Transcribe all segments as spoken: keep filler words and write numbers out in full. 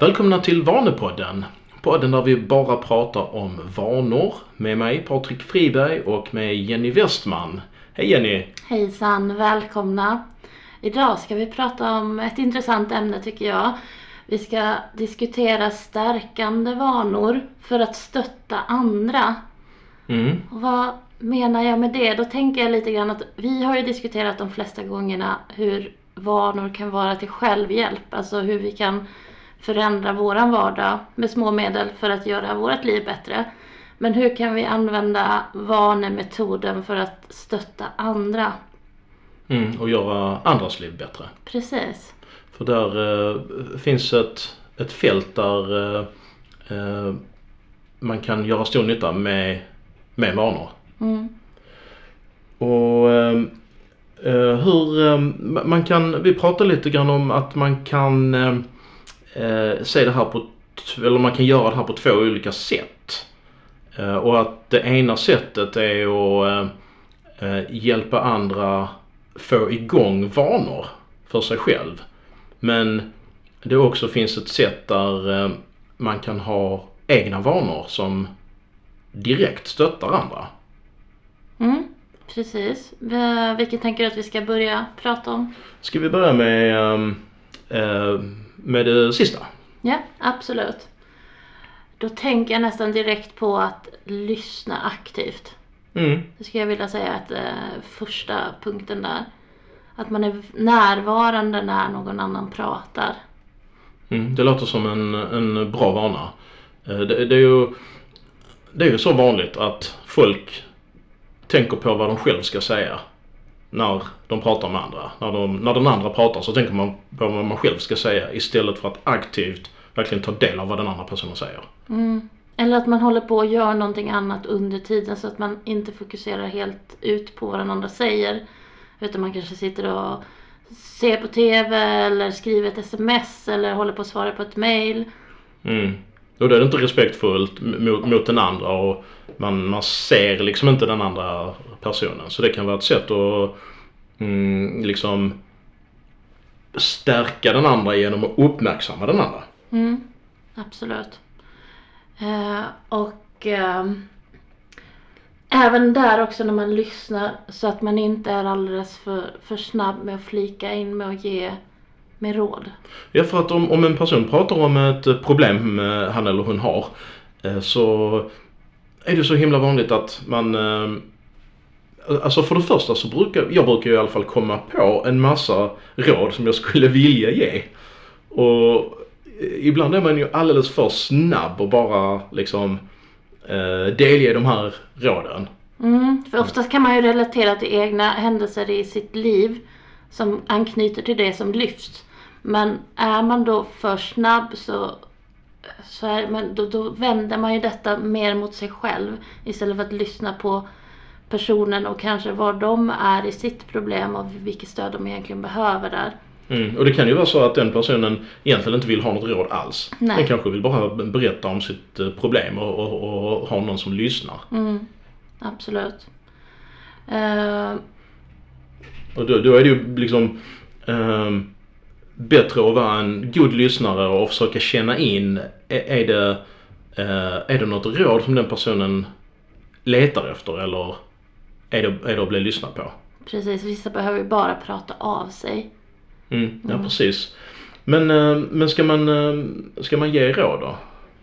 Välkomna till Vanepodden. Podden där vi bara pratar om vanor med mig Patrik Friberg och med Jenny Westman. Hej Jenny! Hejsan, välkomna! Idag ska vi prata om ett intressant ämne tycker jag. Vi ska diskutera stärkande vanor för att stötta andra. Mm. Och vad menar jag med det? Då tänker jag lite grann att vi har ju diskuterat de flesta gångerna hur vanor kan vara till självhjälp. Alltså hur vi kan förändra våran vardag med små medel för att göra vårt liv bättre. Men hur kan vi använda vanemetoden för att stötta andra? Mm, och göra andras liv bättre. Precis. För där eh, finns ett, ett fält där eh, eh, man kan göra stor nytta med, med vanor. Mm. Och eh, hur eh, man kan, vi pratar lite grann om att man kan eh, eh, se det här på, eller man kan göra det här på två olika sätt. Eh, och att det ena sättet är att eh, hjälpa andra få igång vanor för sig själv. Men det också finns ett sätt där eh, man kan ha egna vanor som direkt stöttar andra. Mm, precis. V- vilket tänker du att vi ska börja prata om? Ska vi börja med, eh, med det sista? Ja, absolut. Då tänker jag nästan direkt på att lyssna aktivt. Mm. Det skulle jag vilja säga att eh, första punkten där. Att man är närvarande när någon annan pratar. Mm, det låter som en, en bra vana. Eh, det, det, är ju, det är ju så vanligt att folk tänker på vad de själv ska säga när de pratar med andra. När, de, när den andra pratar så tänker man på vad man själv ska säga istället för att aktivt verkligen ta del av vad den andra personen säger. Mm. Eller att man håller på och gör någonting annat under tiden så att man inte fokuserar helt ut på vad den andra säger. Utan man kanske sitter och ser på tv eller skriver ett sms eller håller på att svara på ett mail. Mm. Och då är det inte respektfullt mot, mot den andra och man, man ser liksom inte den andra personen. Så det kan vara ett sätt att mm, liksom stärka den andra genom att uppmärksamma den andra. Mm, absolut. Eh, och eh, även där också när man lyssnar så att man inte är alldeles för, för snabb med att flika in med att ge med råd. Ja, för att om, om en person pratar om ett problem han eller hon har eh, så är det så himla vanligt att man eh, alltså för det första så brukar jag brukar i alla fall komma på en massa råd som jag skulle vilja ge. Och ibland är man ju alldeles för snabb och bara liksom eh, delge de här råden. Mm, för oftast kan man ju relatera till egna händelser i sitt liv som anknyter till det som lyfts. Men är man då för snabb så, så är, men då, då vänder man ju detta mer mot sig själv istället för att lyssna på personen och kanske var de är i sitt problem och vilket stöd de egentligen behöver där. Mm. Och det kan ju vara så att den personen egentligen inte vill ha något råd alls. Nej. Den kanske vill bara berätta om sitt problem och, och, och ha någon som lyssnar. Mm, absolut. Uh, och då, då är det ju liksom uh, bättre att vara en god lyssnare och försöka känna in, är, är, det, uh, är det något råd som den personen letar efter eller är det, är det att bli lyssnad på? Precis, vissa behöver ju bara prata av sig. Mm, ja, mm. precis. Men, uh, men ska, man, uh, ska man ge råd då?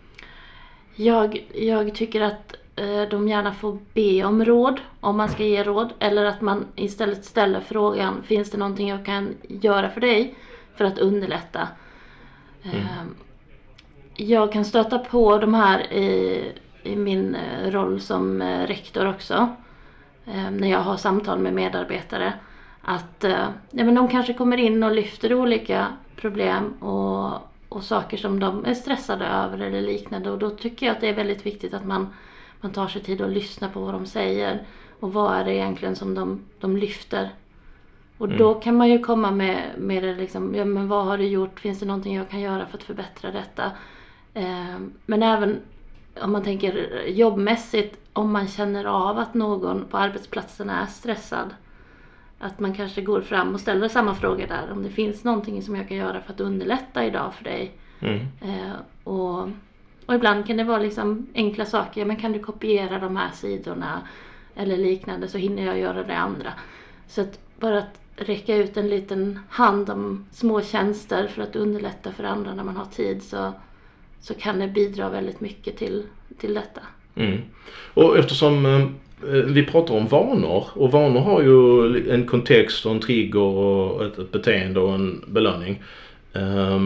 Jag, jag tycker att eh, de gärna får be om råd om man ska ge råd. Eller att man istället ställer frågan, finns det någonting jag kan göra för dig för att underlätta? Mm. Eh, jag kan stöta på de här i, i min eh, roll som eh, rektor också. Eh, när jag har samtal med medarbetare. Att eh, ja, men de kanske kommer in och lyfter olika problem och, och saker som de är stressade över eller liknande. Och då tycker jag att det är väldigt viktigt att man, man tar sig tid att lyssna på vad de säger. Och vad är det egentligen som de, de lyfter. Och mm. då kan man ju komma med, med det liksom, ja men vad har du gjort? Finns det någonting jag kan göra för att förbättra detta? Eh, men även om man tänker jobbmässigt, om man känner av att någon på arbetsplatsen är stressad. Att man kanske går fram och ställer samma fråga där. Om det finns någonting som jag kan göra för att underlätta idag för dig. Mm. Eh, och, och ibland kan det vara liksom enkla saker. Men kan du kopiera de här sidorna eller liknande så hinner jag göra det andra. Så att bara att räcka ut en liten hand om små tjänster för att underlätta för andra när man har tid, så, så kan det bidra väldigt mycket till, till detta. Mm. Och eftersom eh, vi pratar om vanor, och vanor har ju en kontext och en trigger och ett, ett beteende och en belöning. Eh,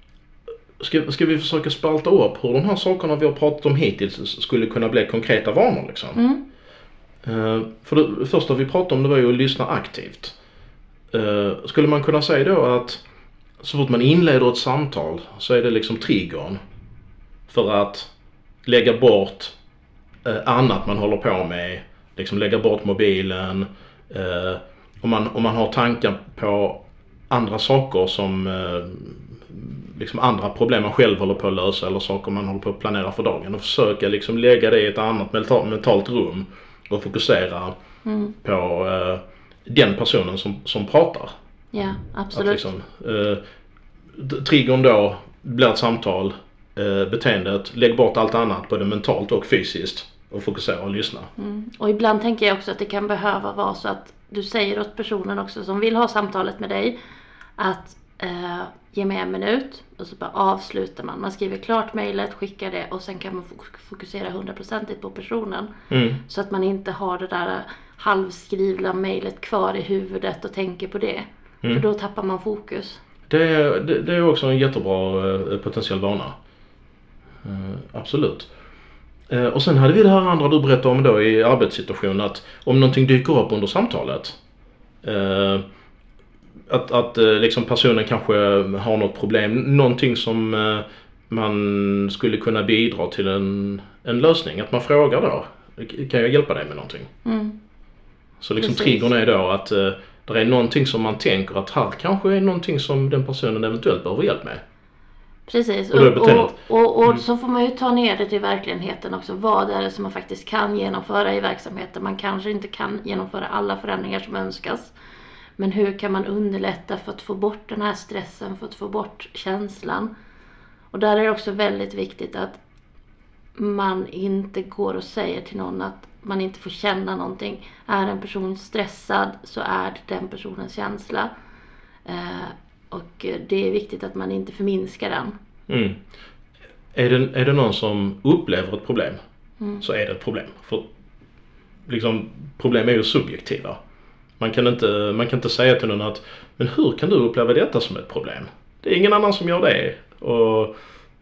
ska, ska vi försöka spalta upp hur de här sakerna vi har pratat om hittills skulle kunna bli konkreta vanor liksom? Mm. Eh, för det första vi pratade om det var ju att lyssna aktivt. Uh, skulle man kunna säga då att så fort man inleder ett samtal så är det liksom triggern för att lägga bort uh, annat man håller på med, liksom lägga bort mobilen, uh, om, man, om man har tankar på andra saker som uh, liksom andra problem man själv håller på att lösa eller saker man håller på att planera för dagen, och försöka liksom lägga det i ett annat mental, mentalt rum och fokusera mm. på uh, den personen som, som pratar. Ja, absolut. Liksom, eh, triggern då blir ett samtal, eh, beteendet, lägg bort allt annat både mentalt och fysiskt och fokusera och lyssna. Mm. Och ibland tänker jag också att det kan behöva vara så att du säger åt personen också som vill ha samtalet med dig att eh, ge mig en minut och så bara avslutar man. Man skriver klart mejlet, skickar det och sen kan man fokusera hundraprocentigt på personen. Mm. Så att man inte har det där halvskrivna mejlet kvar i huvudet och tänker på det. Mm. För då tappar man fokus. Det är, det, det är också en jättebra eh, potentiell vana. Eh, absolut. Eh, och sen hade vi det här andra du berättade om då i arbetssituationen, att om någonting dyker upp under samtalet. Eh, att att eh, liksom personen kanske har något problem. Någonting som eh, man skulle kunna bidra till en, en lösning. Att man frågar då. Kan jag hjälpa dig med någonting? Mm. Så liksom triggern är då att eh, det är någonting som man tänker att här kanske är någonting som den personen eventuellt behöver hjälp med. Precis, och, och, och, och, och mm. så får man ju ta ner det till verkligheten också. Vad är det som man faktiskt kan genomföra i verksamheten? Man kanske inte kan genomföra alla förändringar som önskas. Men hur kan man underlätta för att få bort den här stressen, för att få bort känslan? Och där är det också väldigt viktigt att man inte går och säger till någon att man inte får känna någonting. Är en person stressad så är det den personens känsla. Eh, och det är viktigt att man inte förminskar den. Mm. Är det, är det någon som upplever ett problem mm. så är det ett problem. För liksom, problem är ju subjektiva. Man kan, inte, man kan inte säga till någon att men hur kan du uppleva detta som ett problem? Det är ingen annan som gör det. Och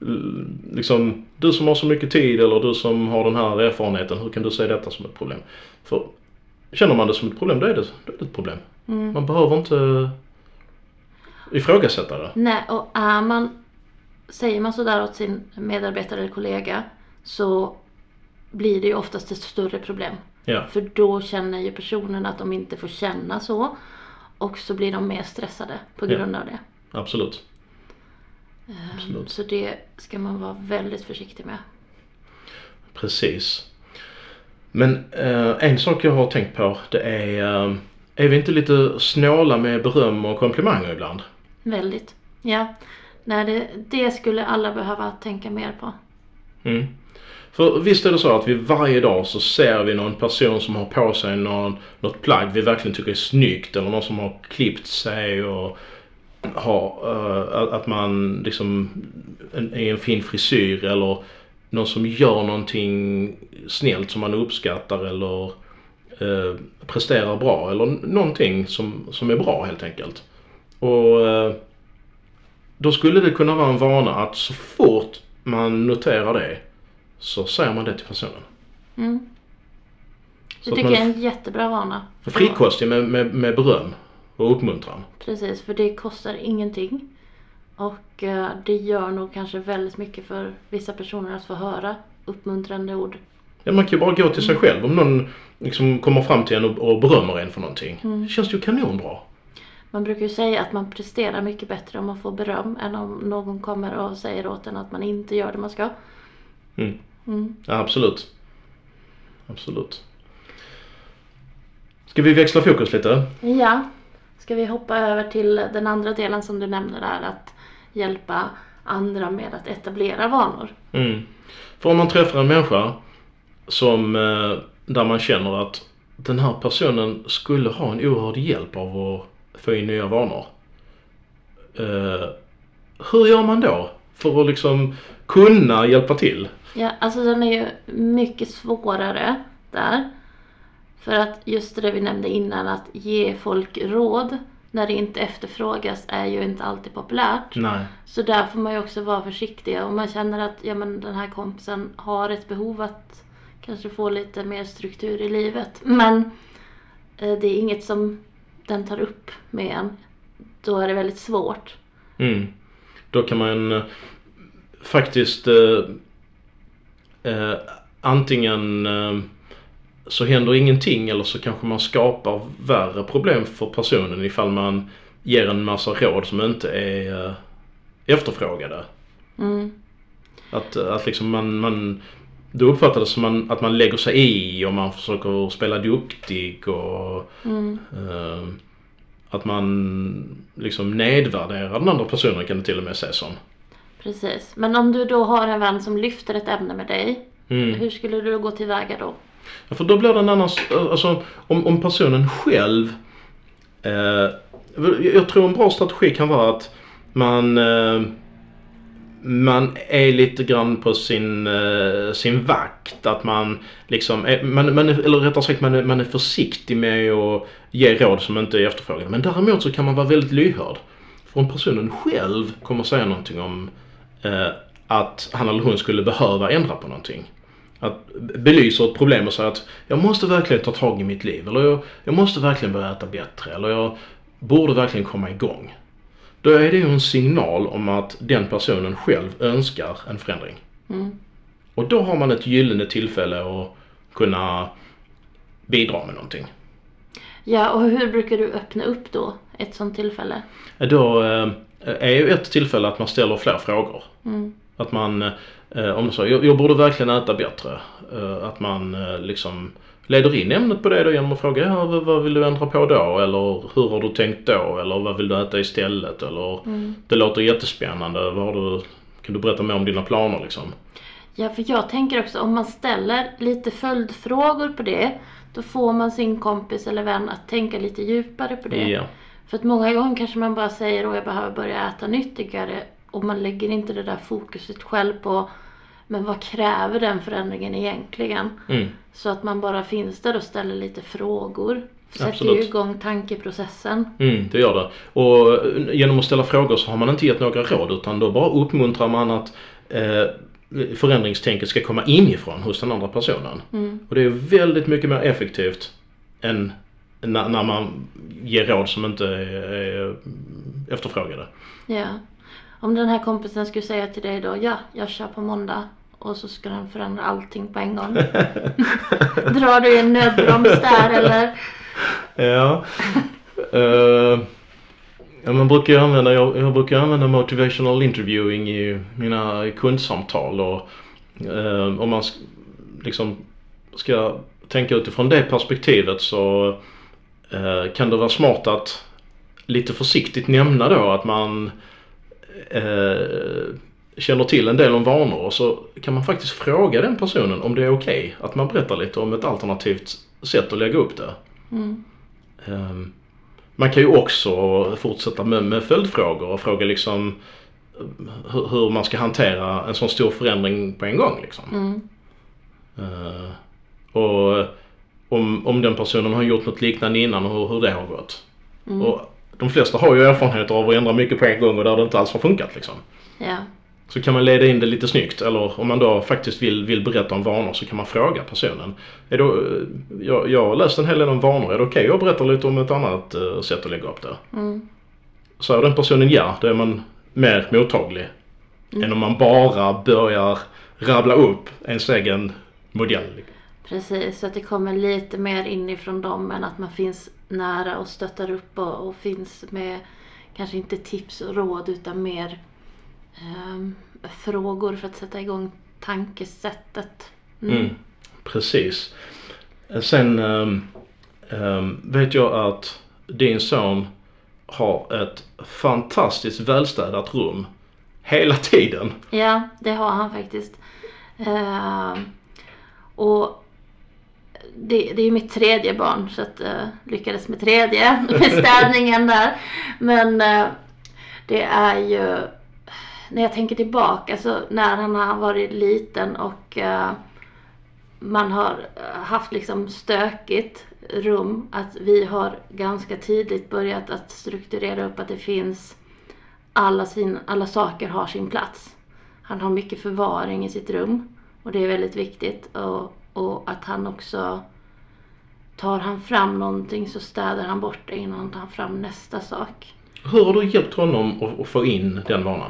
liksom, du som har så mycket tid eller du som har den här erfarenheten, hur kan du säga detta som ett problem? För känner man det som ett problem, då är det, då är det ett problem. Mm. Man behöver inte ifrågasätta det. Nej, och är man, säger man sådär åt sin medarbetare eller kollega så blir det ju oftast ett större problem. Ja. För då känner ju personen att de inte får känna så. Och så blir de mer stressade på grund ja. av det. Absolut. Absolut. Så det ska man vara väldigt försiktig med. Precis. Men eh, en sak jag har tänkt på, det är eh, är vi inte lite snåla med beröm och komplimanger ibland? Väldigt. Ja. Nej, det, det skulle alla behöva tänka mer på. Mm. För visst är det så att vi varje dag så ser vi någon person som har på sig någon, något plagg vi verkligen tycker är snyggt, eller någon som har klippt sig och har uh, att man liksom en, är en fin frisyr, eller någon som gör någonting snällt som man uppskattar eller uh, presterar bra, eller någonting som, som är bra helt enkelt. Och uh, då skulle det kunna vara en vana att så fort man noterar det så säger man det till personen. Mm. Det tycker jag är en jättebra vana. Frikostig med, med, med beröm och uppmuntran. Precis, för det kostar ingenting. Och uh, det gör nog kanske väldigt mycket för vissa personer att få höra uppmuntrande ord. Ja, man kan ju bara gå till sig mm. själv. Om någon liksom kommer fram till en och, och berömmer en för någonting. Mm. Det känns ju kanonbra. Man brukar ju säga att man presterar mycket bättre om man får beröm än om någon kommer och säger åt en att man inte gör det man ska. Mm. Mm. Ja, absolut. Absolut. Ska vi växla fokus lite? Ja. Ska vi hoppa över till den andra delen som du nämnde där, att hjälpa andra med att etablera vanor. Mm. För om man träffar en människa som, eh, där man känner att den här personen skulle ha en oerhörd hjälp av att få in nya vanor. Eh, hur gör man då för att liksom kunna hjälpa till? Ja, alltså den är ju mycket svårare där. För att just det vi nämnde innan, att ge folk råd när det inte efterfrågas är ju inte alltid populärt. Nej. Så där får man ju också vara försiktig. Om man känner att ja, men den här kompisen har ett behov att kanske få lite mer struktur i livet. Men eh, det är inget som den tar upp med en. Då är det väldigt svårt. Mm. Då kan man eh, faktiskt eh, eh, antingen eh, så händer ingenting, eller så kanske man skapar värre problem för personen ifall man ger en massa råd som inte är eh, efterfrågade. Mm. Att, att liksom man, man då uppfattar det som man, att man lägger sig i och man försöker spela duktig och Mm. eh, att man liksom nedvärderar den andra personen, kan det till och med säga som. Precis. Men om du då har en vän som lyfter ett ämne med dig, Mm. hur skulle du gå tillväga då? Ja, för då blir det en annan, alltså om, om personen själv, eh, jag tror en bra strategi kan vara att man eh, man är lite grann på sin eh, sin vakt, att man liksom är, man, man är, eller rättare sagt man är, man är försiktig med att ge råd som inte är efterfrågade. Men däremot så kan man vara väldigt lyhörd. För om personen själv kommer säga någonting om eh, att han eller hon skulle behöva ändra på någonting, att belysa ett problem och säga att jag måste verkligen ta tag i mitt liv, eller jag, jag måste verkligen börja äta bättre, eller jag borde verkligen komma igång. Då är det ju en signal om att den personen själv önskar en förändring. Mm. Och då har man ett gyllene tillfälle att kunna bidra med någonting. Ja, och hur brukar du öppna upp då ett sånt tillfälle? Då eh, är ju ett tillfälle att man ställer fler frågor. Mm. Att man, eh, om du säger, jag, jag borde verkligen äta bättre. Eh, att man eh, liksom leder in ämnet på det då genom att fråga, ja, vad, vad vill du ändra på då? Eller hur har du tänkt då? Eller vad vill du äta istället? Eller Mm. det låter jättespännande. Vad har du, kan du berätta mer om dina planer liksom? Ja, för jag tänker också om man ställer lite följdfrågor på det, då får man sin kompis eller vän att tänka lite djupare på det. Ja. För att många gånger kanske man bara säger att jag behöver börja äta nyttigare, och man lägger inte det där fokuset själv på, men vad kräver den förändringen egentligen? Mm. Så att man bara finns där och ställer lite frågor. Sätter Absolut. ju igång tankeprocessen. Mm, det gör det. Och genom att ställa frågor så har man inte gett några råd, utan då bara uppmuntrar man att eh, förändringstänket ska komma inifrån hos den andra personen. Mm. Och det är väldigt mycket mer effektivt än när, när man ger råd som inte är efterfrågade. Ja. Om den här kompisen skulle säga till dig då, ja, jag kör på måndag, och så ska den förändra allting på en gång. Drar du en nödbroms där eller? Ja. uh, ja, man brukar ju använda, jag, jag brukar använda motivational interviewing i mina kundsamtal, och uh, om man sk- liksom ska tänka utifrån det perspektivet, så uh, kan det vara smart att lite försiktigt nämna då att man uh, känner till en del om vanor, och så kan man faktiskt fråga den personen om det är okej okay att man berättar lite om ett alternativt sätt att lägga upp det. Mm. Um, man kan ju också fortsätta med, med följdfrågor och fråga liksom hur, hur man ska hantera en sån stor förändring på en gång liksom. Mm. Uh, och om, om den personen har gjort något liknande innan och hur, hur det har gått. Mm. Och de flesta har ju erfarenheter av att ändra mycket på en gång och där det inte alls har funkat liksom. Ja. Så kan man leda in det lite snyggt, eller om man då faktiskt vill, vill berätta om vanor, så kan man fråga personen. Är då, jag, jag har läst en hel del om vanor, är det okej okay? Jag berättar lite om ett annat uh, sätt att lägga upp det. Mm. Så är den personen ja, då är man mer mottaglig mm. än om man bara börjar rabbla upp ens egen modell. Precis, så att det kommer lite mer inifrån dem än att man finns nära och stöttar upp och, och finns med kanske inte tips och råd utan mer um, frågor för att sätta igång tankesättet. Mm. Mm, precis. Sen um, um, vet jag att din son har ett fantastiskt välstädat rum hela tiden. Ja, det har han faktiskt. Uh, och det, det är mitt tredje barn, så att uh, lyckades med tredje med städningen där. Men uh, det är ju, när jag tänker tillbaka, alltså när han har varit liten och uh, man har haft liksom stökigt rum, att vi har ganska tidigt börjat att strukturera upp att det finns alla, sin, alla saker har sin plats. Han har mycket förvaring i sitt rum och det är väldigt viktigt, och, och att han också tar han fram någonting så städar han bort det innan han tar fram nästa sak. Hur har du hjälpt honom att, att få in den vanan?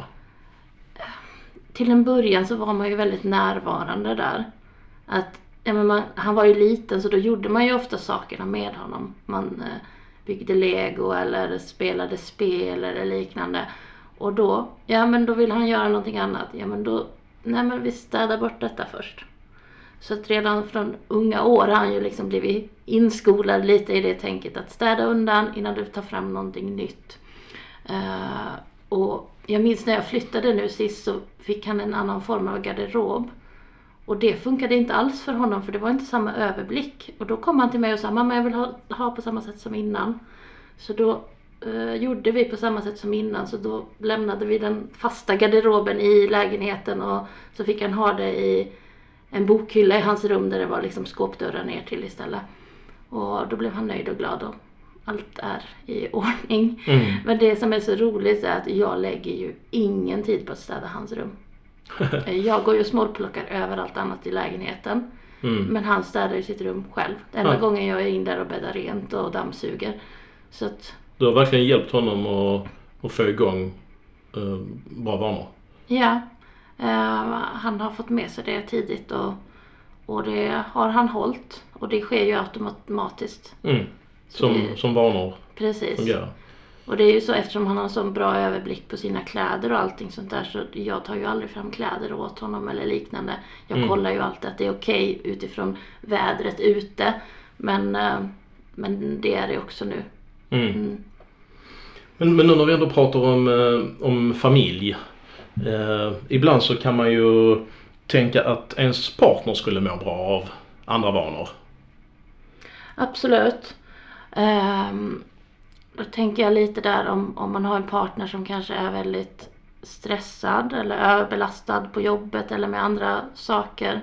Till en början så var man ju väldigt närvarande där. Att, ja, men man, han var ju liten, så då gjorde man ju ofta sakerna med honom. Man eh, byggde Lego eller spelade spel eller liknande. Och då, ja men då vill han göra någonting annat. Ja men då, nej men vi städar bort detta först. Så att redan från unga år har han ju liksom blivit inskolad lite i det tänket att städa undan innan du tar fram någonting nytt. Uh, och jag minns när jag flyttade nu sist, så fick han en annan form av garderob. Och det funkade inte alls för honom, för det var inte samma överblick. Och då kom han till mig och sa, mamma jag vill ha, ha på samma sätt som innan. Så då uh, gjorde vi på samma sätt som innan. Så då lämnade vi den fasta garderoben i lägenheten, och så fick han ha det i en bokhylla i hans rum där det var liksom skåpdörrar ner till istället. Och då blev han nöjd och glad och allt är i ordning. Mm. Men det som är så roligt är att jag lägger ju ingen tid på att städa hans rum. Jag går ju och småplockar över allt annat i lägenheten. Mm. Men han städar ju sitt rum själv. Den enda ja. gången jag är in där och bäddar rent och dammsuger. Så att, du har verkligen hjälpt honom att, att få igång uh, bra vanor. Ja. Uh, han har fått med sig det tidigt, och, och det har han hållit. Och det sker ju automatiskt. Mm. Som, det, som vanor. Precis. Fungerar. Och det är ju så, eftersom han har så bra överblick på sina kläder och allting sånt där, så jag tar ju aldrig fram kläder åt honom eller liknande. Jag mm. kollar ju alltid att det är okej utifrån vädret ute. Men, uh, men det är det också nu. Mm. Mm. Men, men nu när vi ändå pratar om, uh, om familj. Uh, ibland så kan man ju tänka att ens partner skulle må bra av andra vanor. Absolut. Um, då tänker jag lite där om, om man har en partner som kanske är väldigt stressad eller överbelastad på jobbet eller med andra saker.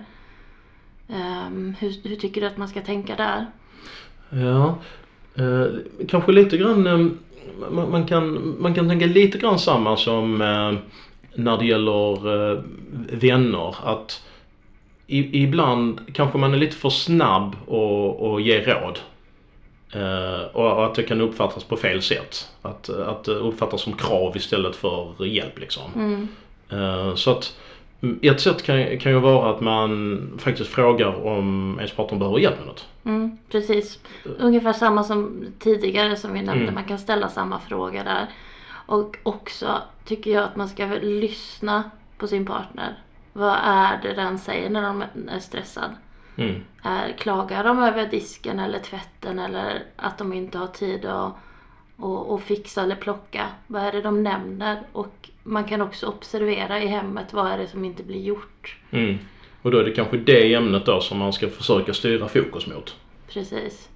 Um, hur, hur tycker du att man ska tänka där? Ja, uh, kanske lite grann, um, man, man, kan, man kan tänka lite grann samma som uh, när det gäller uh, vänner, att i, ibland kanske man är lite för snabb och, och ge råd. Uh, och att det kan uppfattas på fel sätt. Att, att det uppfattas som krav istället för hjälp liksom. Mm. Uh, så att ett sätt kan, kan ju vara att man faktiskt frågar om ens partner behöver hjälp med något. Mm, precis. Ungefär samma som tidigare som vi nämnde. Mm. Man kan ställa samma fråga där. Och också tycker jag att man ska lyssna på sin partner. Vad är det den säger när de är stressad? Mm. Är, klagar de över disken eller tvätten eller att de inte har tid att och, och fixa eller plocka? Vad är det de nämner? Och man kan också observera i hemmet, vad är det som inte blir gjort? Mm. Och då är det kanske det ämnet då som man ska försöka styra fokus mot. Precis.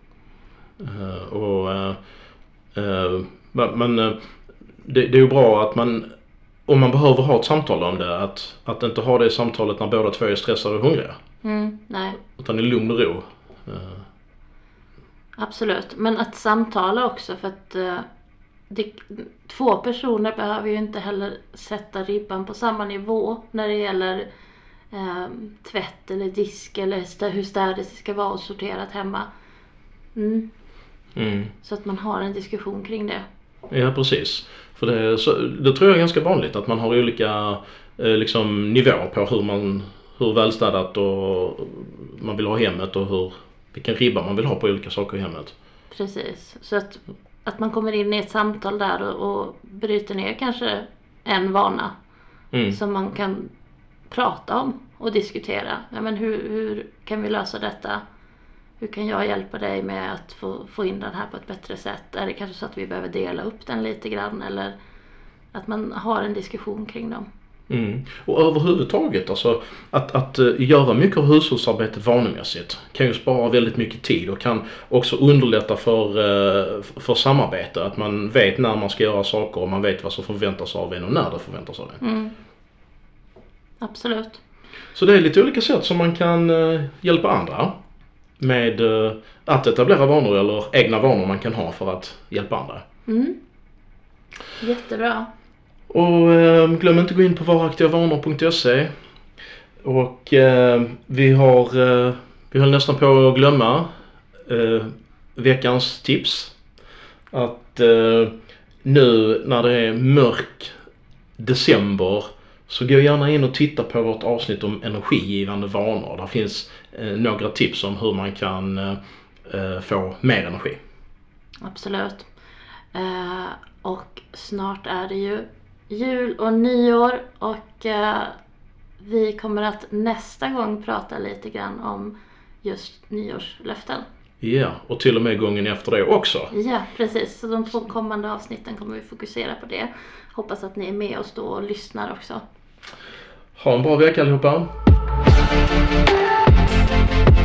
Uh, och uh, uh, men uh, det, det är ju bra att man, om man behöver ha ett samtal om det, att, att inte ha det samtalet när båda två är stressade och hungriga. Mm, nej. Utan i lugn och ro. Uh. Absolut, men att samtala också, för att uh, det, två personer behöver ju inte heller sätta ribban på samma nivå när det gäller uh, tvätt eller disk eller stä, hur städet ska vara och sorterat hemma. Mm. Mm. Så att man har en diskussion kring det. Ja, precis. För det, så, det tror jag är ganska vanligt att man har olika eh, liksom, nivåer på hur man hur välstädat och man vill ha hemmet och hur, vilken ribba man vill ha på olika saker i hemmet. Precis, så att, att man kommer in i ett samtal där och, och bryter ner kanske en vana mm. som man kan prata om och diskutera. Ja, men hur, hur kan vi lösa detta? Hur kan jag hjälpa dig med att få, få in den här på ett bättre sätt? Är det kanske så att vi behöver dela upp den lite grann? Eller att man har en diskussion kring dem. Mm. Och överhuvudtaget, alltså att, att uh, göra mycket av hushållsarbetet vanemässigt kan ju spara väldigt mycket tid och kan också underlätta för, uh, för samarbete. Att man vet när man ska göra saker och man vet vad som förväntas av en och när det förväntas av en. Mm. Absolut. Så det är lite olika sätt som man kan uh, hjälpa andra med uh, att etablera vanor eller egna vanor man kan ha för att hjälpa andra. Mm. Jättebra. Och eh, glöm inte att gå in på varaktigavanor punkt se. Och eh, vi har eh, vi höll nästan på att glömma eh, veckans tips. Att eh, nu när det är mörk december så gå gärna in och titta på vårt avsnitt om energigivande vanor. Där finns eh, några tips om hur man kan eh, få mer energi. Absolut. Eh, och snart är det ju jul och nyår och eh, vi kommer att nästa gång prata lite grann om just nyårslöften. Ja, och till och med gången efter det också. Ja, precis. Så de två kommande avsnitten kommer vi fokusera på det. Hoppas att ni är med oss då och lyssnar också. Ha en bra vecka allihopa.